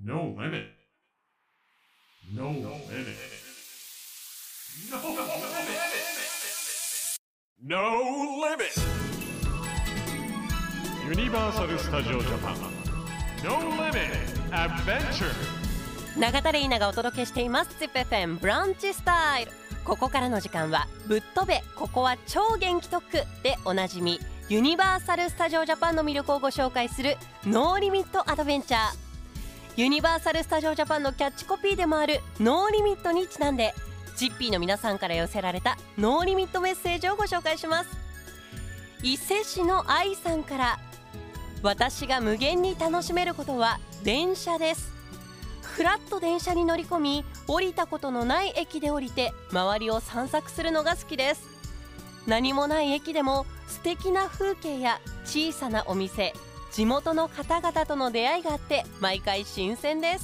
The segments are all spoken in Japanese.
No limit. No limit. No limit. No limit. ユニバーサル・スタジオ・ジャパン No Limit Adventure。 永田玲奈がお届けしています ZIPFM ブランチスタイル。ここからの時間はぶっ飛べここは超元気特区でおなじみユニバーサル・スタジオ・ジャパンの魅力をご紹介するノーリミット・アドベンチャー。ユニバーサル・スタジオ・ジャパンのキャッチコピーでもあるノーリミットにちなんでジッピーの皆さんから寄せられたノーリミットメッセージをご紹介します。伊勢市の愛さんから、私が無限に楽しめることは電車です。ふらっと電車に乗り込み、降りたことのない駅で降りて周りを散策するのが好きです。何もない駅でも素敵な風景や小さなお店、地元の方々との出会いがあって毎回新鮮です。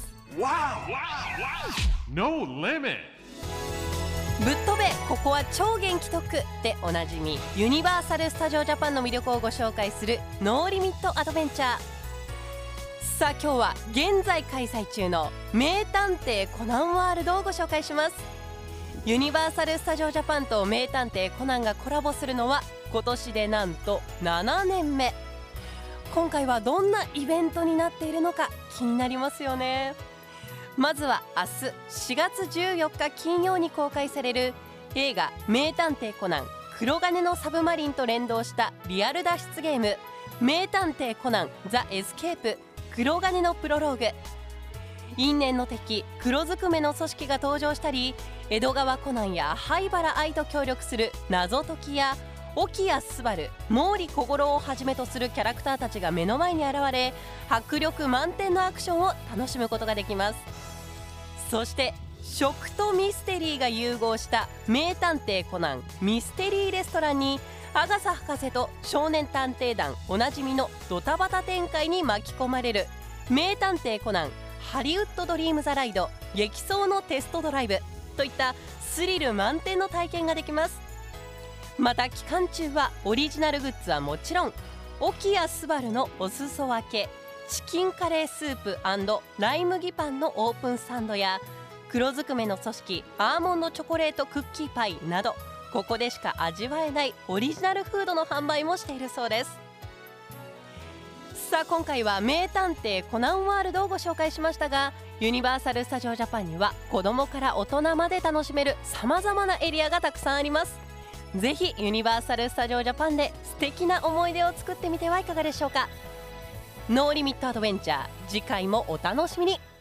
No limit。 ぶっ飛べここは超元気特区でおなじみユニバーサル・スタジオ・ジャパンの魅力をご紹介するノーリミット・アドベンチャー。さあ今日は現在開催中の名探偵コナンワールドをご紹介します。ユニバーサル・スタジオ・ジャパンと名探偵コナンがコラボするのは今年でなんと7年目。今回はどんなイベントになっているのか気になりますよね。まずは明日4月14日金曜に公開される映画名探偵コナン黒金のサブマリンと連動したリアル脱出ゲーム名探偵コナンザ・エスケープ黒金のプロローグ。因縁の敵黒ずくめの組織が登場したり、江戸川コナンや灰原哀と協力する謎解きや沖谷昴、毛利小五郎をはじめとするキャラクターたちが目の前に現れ、迫力満点のアクションを楽しむことができます。そして食とミステリーが融合した名探偵コナンミステリーレストランに、アガサ博士と少年探偵団おなじみのドタバタ展開に巻き込まれる名探偵コナンハリウッドドリームザライド激走のテストドライブといったスリル満点の体験ができます。また期間中はオリジナルグッズはもちろん、沖谷昴のお裾分けチキンカレースープ&ライ麦パンのオープンサンドや黒ずくめの組織アーモンドチョコレートクッキーパイなど、ここでしか味わえないオリジナルフードの販売もしているそうです。さあ今回は名探偵コナンワールドをご紹介しましたが、ユニバーサル・スタジオ・ジャパンには子供から大人まで楽しめるさまざまなエリアがたくさんあります。ぜひユニバーサル・スタジオ・ジャパンで素敵な思い出を作ってみてはいかがでしょうか。ノーリミットアドベンチャー、次回もお楽しみに。